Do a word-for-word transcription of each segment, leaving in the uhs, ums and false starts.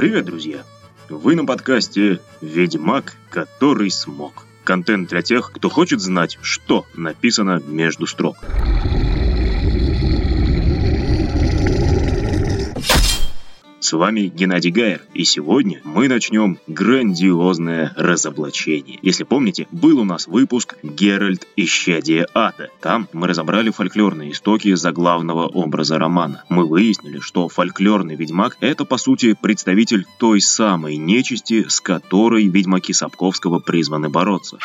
Привет, друзья! Вы на подкасте «Ведьмак, который смог». Контент для тех, кто хочет знать, что написано между строк. С вами Геннадий Гайер, и сегодня мы начнем грандиозное разоблачение. Если помните, был у нас выпуск «Геральт. Исчадие ада». Там мы разобрали фольклорные истоки заглавного образа романа. Мы выяснили, что фольклорный ведьмак – это, по сути, представитель той самой нечисти, с которой ведьмаки Сапковского призваны бороться.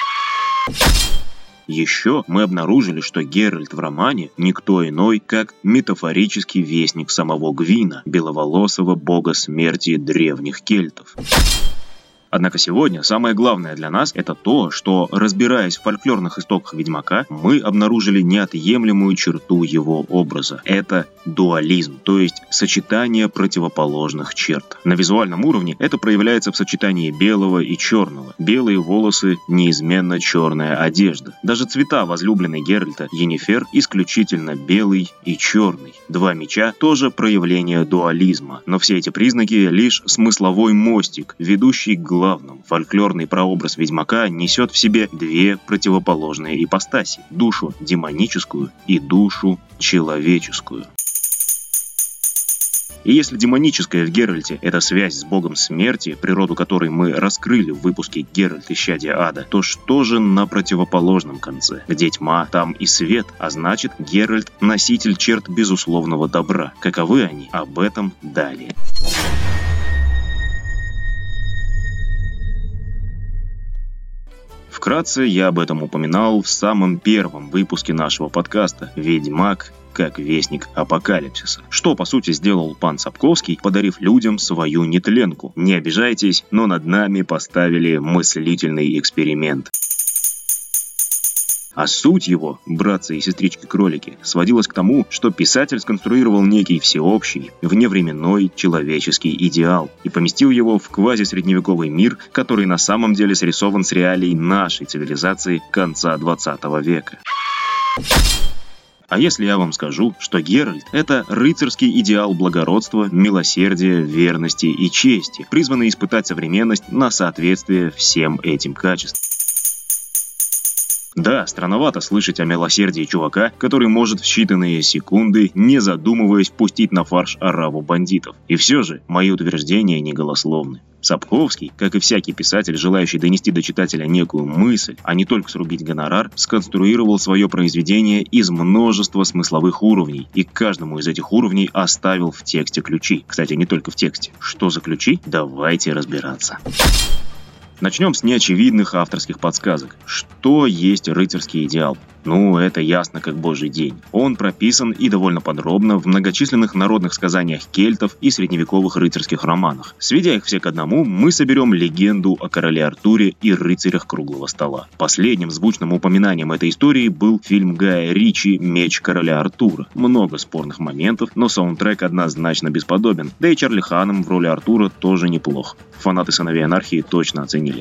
Еще мы обнаружили, что Геральт в романе никто иной, как метафорический вестник самого Гвина, беловолосого бога смерти древних кельтов. Однако сегодня самое главное для нас – это то, что, разбираясь в фольклорных истоках Ведьмака, мы обнаружили неотъемлемую черту его образа. Это дуализм, то есть сочетание противоположных черт. На визуальном уровне это проявляется в сочетании белого и черного. Белые волосы, неизменно черная одежда. Даже цвета возлюбленной Геральта, Йеннифер, исключительно белый и черный. Два меча – тоже проявление дуализма. Но все эти признаки – лишь смысловой мостик, ведущий к главном. Фольклорный прообраз Ведьмака несет в себе две противоположные ипостаси – душу демоническую и душу человеческую. И если демоническая в Геральте – это связь с богом смерти, природу которой мы раскрыли в выпуске «Геральт. Исчадие ада», то что же на противоположном конце? Где тьма, там и свет, а значит, Геральт – носитель черт безусловного добра. Каковы они? Об этом далее. Вкратце я об этом упоминал в самом первом выпуске нашего подкаста «Ведьмак как вестник апокалипсиса». Что, по сути, сделал пан Сапковский, подарив людям свою нетленку? Не обижайтесь, но над нами поставили мыслительный эксперимент. А суть его, братцы и сестрички-кролики, сводилась к тому, что писатель сконструировал некий всеобщий, вневременной человеческий идеал и поместил его в квазисредневековый мир, который на самом деле срисован с реалий нашей цивилизации конца двадцатого века. А если я вам скажу, что Геральт – это рыцарский идеал благородства, милосердия, верности и чести, призванный испытать современность на соответствие всем этим качествам? Да, странновато слышать о милосердии чувака, который может в считанные секунды, не задумываясь, пустить на фарш ораву бандитов. И все же, мои утверждения не голословны. Сапковский, как и всякий писатель, желающий донести до читателя некую мысль, а не только срубить гонорар, сконструировал свое произведение из множества смысловых уровней, и к каждому из этих уровней оставил в тексте ключи. Кстати, не только в тексте. Что за ключи? Давайте разбираться. Начнем с неочевидных авторских подсказок. Что есть рыцарский идеал? Ну, это ясно как божий день. Он прописан и довольно подробно в многочисленных народных сказаниях кельтов и средневековых рыцарских романах. Сведя их все к одному, мы соберем легенду о короле Артуре и рыцарях круглого стола. Последним звучным упоминанием этой истории был фильм Гая Ричи «Меч короля Артура». Много спорных моментов, но саундтрек однозначно бесподобен. Да и Чарли Ханом в роли Артура тоже неплох. Фанаты «Сыновей анархии» точно оценили.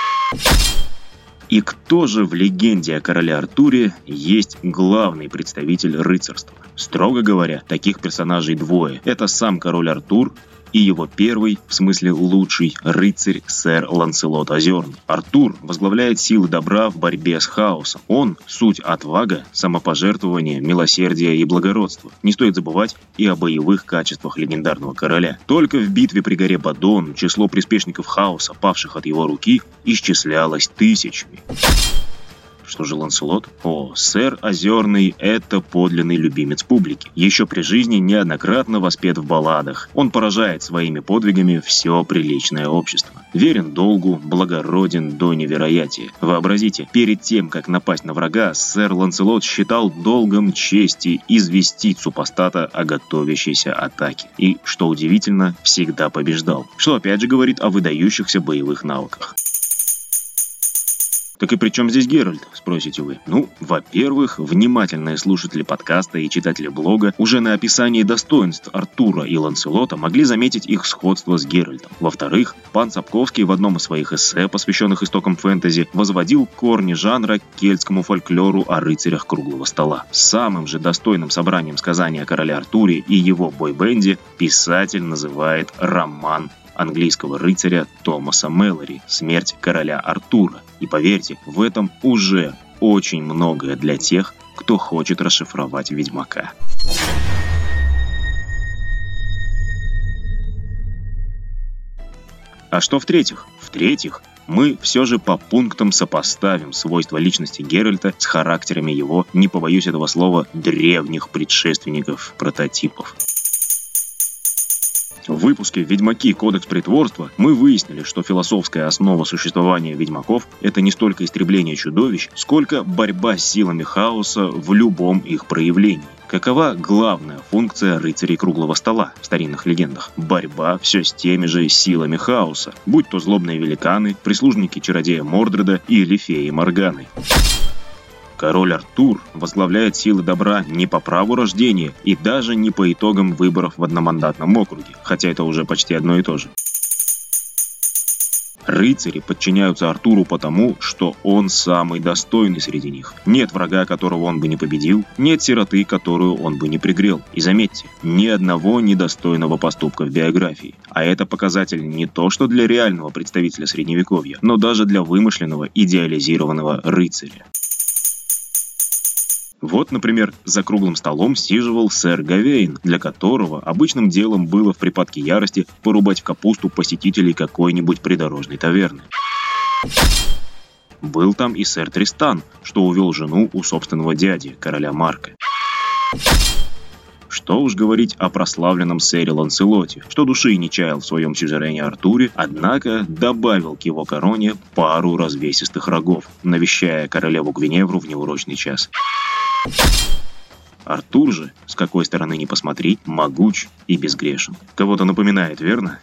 И кто же в легенде о короле Артуре есть главный представитель рыцарства? Строго говоря, таких персонажей двое. Это сам король Артур и его первый, в смысле лучший, рыцарь сэр Ланселот Озерный. Артур возглавляет силы добра в борьбе с хаосом. Он – суть отвага, самопожертвование, милосердие и благородство. Не стоит забывать и о боевых качествах легендарного короля. Только в битве при горе Бадон число приспешников хаоса, павших от его руки, исчислялось тысячами. Что же Ланселот? О, сэр Озерный – это подлинный любимец публики. Еще при жизни неоднократно воспет в балладах. Он поражает своими подвигами все приличное общество. Верен долгу, благороден до невероятия. Вообразите, перед тем, как напасть на врага, сэр Ланселот считал долгом чести известить супостата о готовящейся атаке. И, что удивительно, всегда побеждал. Что опять же говорит о выдающихся боевых навыках. Так и при чем здесь Геральт, спросите вы? Ну, во-первых, внимательные слушатели подкаста и читатели блога уже на описании достоинств Артура и Ланселота могли заметить их сходство с Геральтом. Во-вторых, пан Сапковский в одном из своих эссе, посвященных истокам фэнтези, возводил корни жанра к кельтскому фольклору о рыцарях круглого стола. Самым же достойным собранием сказаний о короле Артуре и его бойбенде писатель называет роман английского рыцаря Томаса Мэлори «Смерть короля Артура». И поверьте, в этом уже очень многое для тех, кто хочет расшифровать Ведьмака. А что в-третьих? В-третьих, мы все же по пунктам сопоставим свойства личности Геральта с характерами его, не побоюсь этого слова, древних предшественников-прототипов. В выпуске «Ведьмаки. Кодекс притворства» мы выяснили, что философская основа существования ведьмаков – это не столько истребление чудовищ, сколько борьба с силами хаоса в любом их проявлении. Какова главная функция рыцарей круглого стола в старинных легендах? Борьба все с теми же силами хаоса, будь то злобные великаны, прислужники чародея Мордреда или феи Морганы. Король Артур возглавляет силы добра не по праву рождения и даже не по итогам выборов в одномандатном округе, хотя это уже почти одно и то же. Рыцари подчиняются Артуру потому, что он самый достойный среди них. Нет врага, которого он бы не победил, нет сироты, которую он бы не пригрел. И заметьте, ни одного недостойного поступка в биографии. А это показатель не то, что для реального представителя Средневековья, но даже для вымышленного, идеализированного рыцаря. Вот, например, за круглым столом сиживал сэр Гавейн, для которого обычным делом было в припадке ярости порубать в капусту посетителей какой-нибудь придорожной таверны. Был там и сэр Тристан, что увел жену у собственного дяди, короля Марка. Что уж говорить о прославленном сэре Ланселоте, что души не чаял в своем сюзерене Артуре, однако добавил к его короне пару развесистых рогов, навещая королеву Гвиневру в неурочный час. Артур же, с какой стороны ни посмотри, могуч и безгрешен. Кого-то напоминает, верно?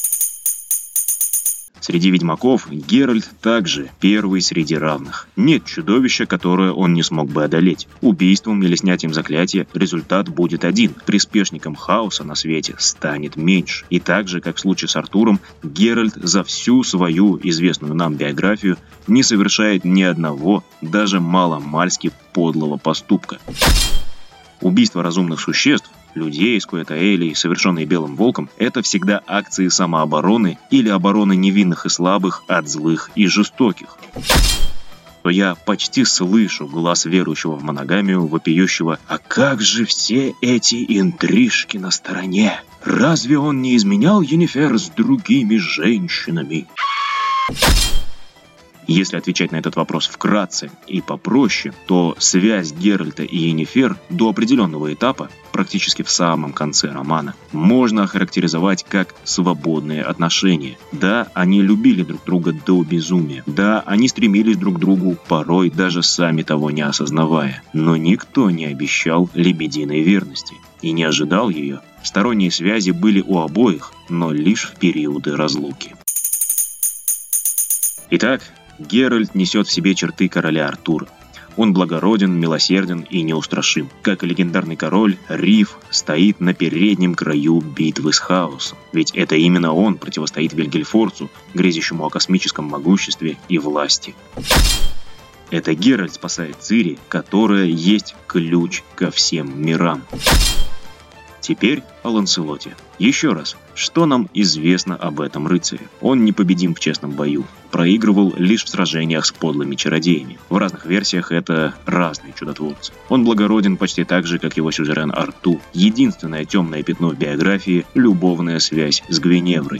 Среди ведьмаков Геральт также первый среди равных. Нет чудовища, которое он не смог бы одолеть. Убийством или снятием заклятия результат будет один. Приспешником хаоса на свете станет меньше. И так же, как в случае с Артуром, Геральт за всю свою известную нам биографию не совершает ни одного, даже маломальски подлого поступка. Убийство разумных существ, людей, скоэтаэлей, совершенные Белым Волком, это всегда акции самообороны или обороны невинных и слабых от злых и жестоких. То я почти слышу глаз верующего в моногамию, вопиющего: «А как же все эти интрижки на стороне? Разве он не изменял Йеннифер с другими женщинами?» Если отвечать на этот вопрос вкратце и попроще, то связь Геральта и Йеннифер до определенного этапа, практически в самом конце романа, можно охарактеризовать как свободные отношения. Да, они любили друг друга до безумия. Да, они стремились друг к другу, порой даже сами того не осознавая. Но никто не обещал лебединой верности и не ожидал ее. Сторонние связи были у обоих, но лишь в периоды разлуки. Итак, Геральт несет в себе черты короля Артура. Он благороден, милосерден и неустрашим. Как и легендарный король, Риф стоит на переднем краю битвы с хаосом. Ведь это именно он противостоит Вильгельфорцу, грезящему о космическом могуществе и власти. Это Геральт спасает Цири, которая есть ключ ко всем мирам. Теперь о Ланселоте. Еще раз, что нам известно об этом рыцаре? Он непобедим в честном бою. Проигрывал лишь в сражениях с подлыми чародеями. В разных версиях это разные чудотворцы. Он благороден почти так же, как его сюзерен Артур. Единственное темное пятно в биографии – любовная связь с Гвиневрой.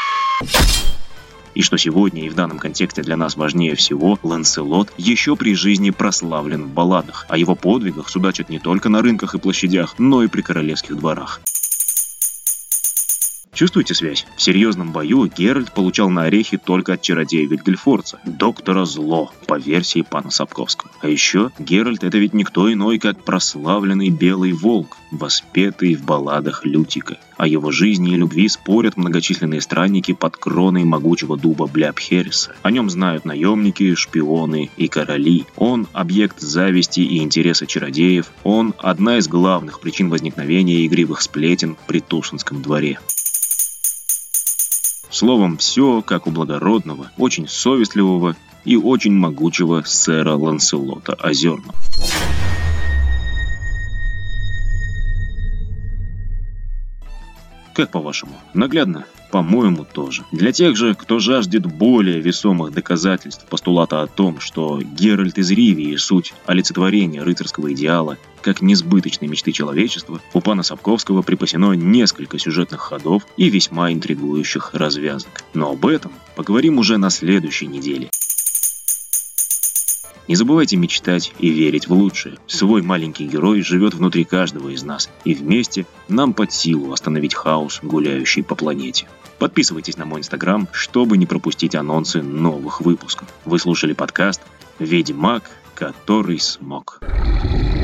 И что сегодня и в данном контексте для нас важнее всего, Ланселот еще при жизни прославлен в балладах. О его подвигах судачат не только на рынках и площадях, но и при королевских дворах. Чувствуете связь? В серьезном бою Геральт получал на орехи только от чародея Вильгельфорца, доктора Зло, по версии пана Сапковского. А еще Геральт — это ведь никто иной, как прославленный Белый Волк, воспетый в балладах Лютика. О его жизни и любви спорят многочисленные странники под кроной могучего дуба Бляпхереса. О нем знают наемники, шпионы и короли. Он — объект зависти и интереса чародеев. Он — одна из главных причин возникновения игривых сплетен при Тушинском дворе. Словом, все как у благородного, очень совестливого и очень могучего сэра Ланселота Озерного. Как по-вашему? Наглядно? По-моему, тоже. Для тех же, кто жаждет более весомых доказательств постулата о том, что Геральт из Ривии – суть олицетворения рыцарского идеала, как несбыточной мечты человечества, у пана Сапковского припасено несколько сюжетных ходов и весьма интригующих развязок. Но об этом поговорим уже на следующей неделе. Не забывайте мечтать и верить в лучшее. Свой маленький герой живет внутри каждого из нас, и вместе нам под силу остановить хаос, гуляющий по планете. Подписывайтесь на мой инстаграм, чтобы не пропустить анонсы новых выпусков. Вы слушали подкаст «Ведьмак, который смог».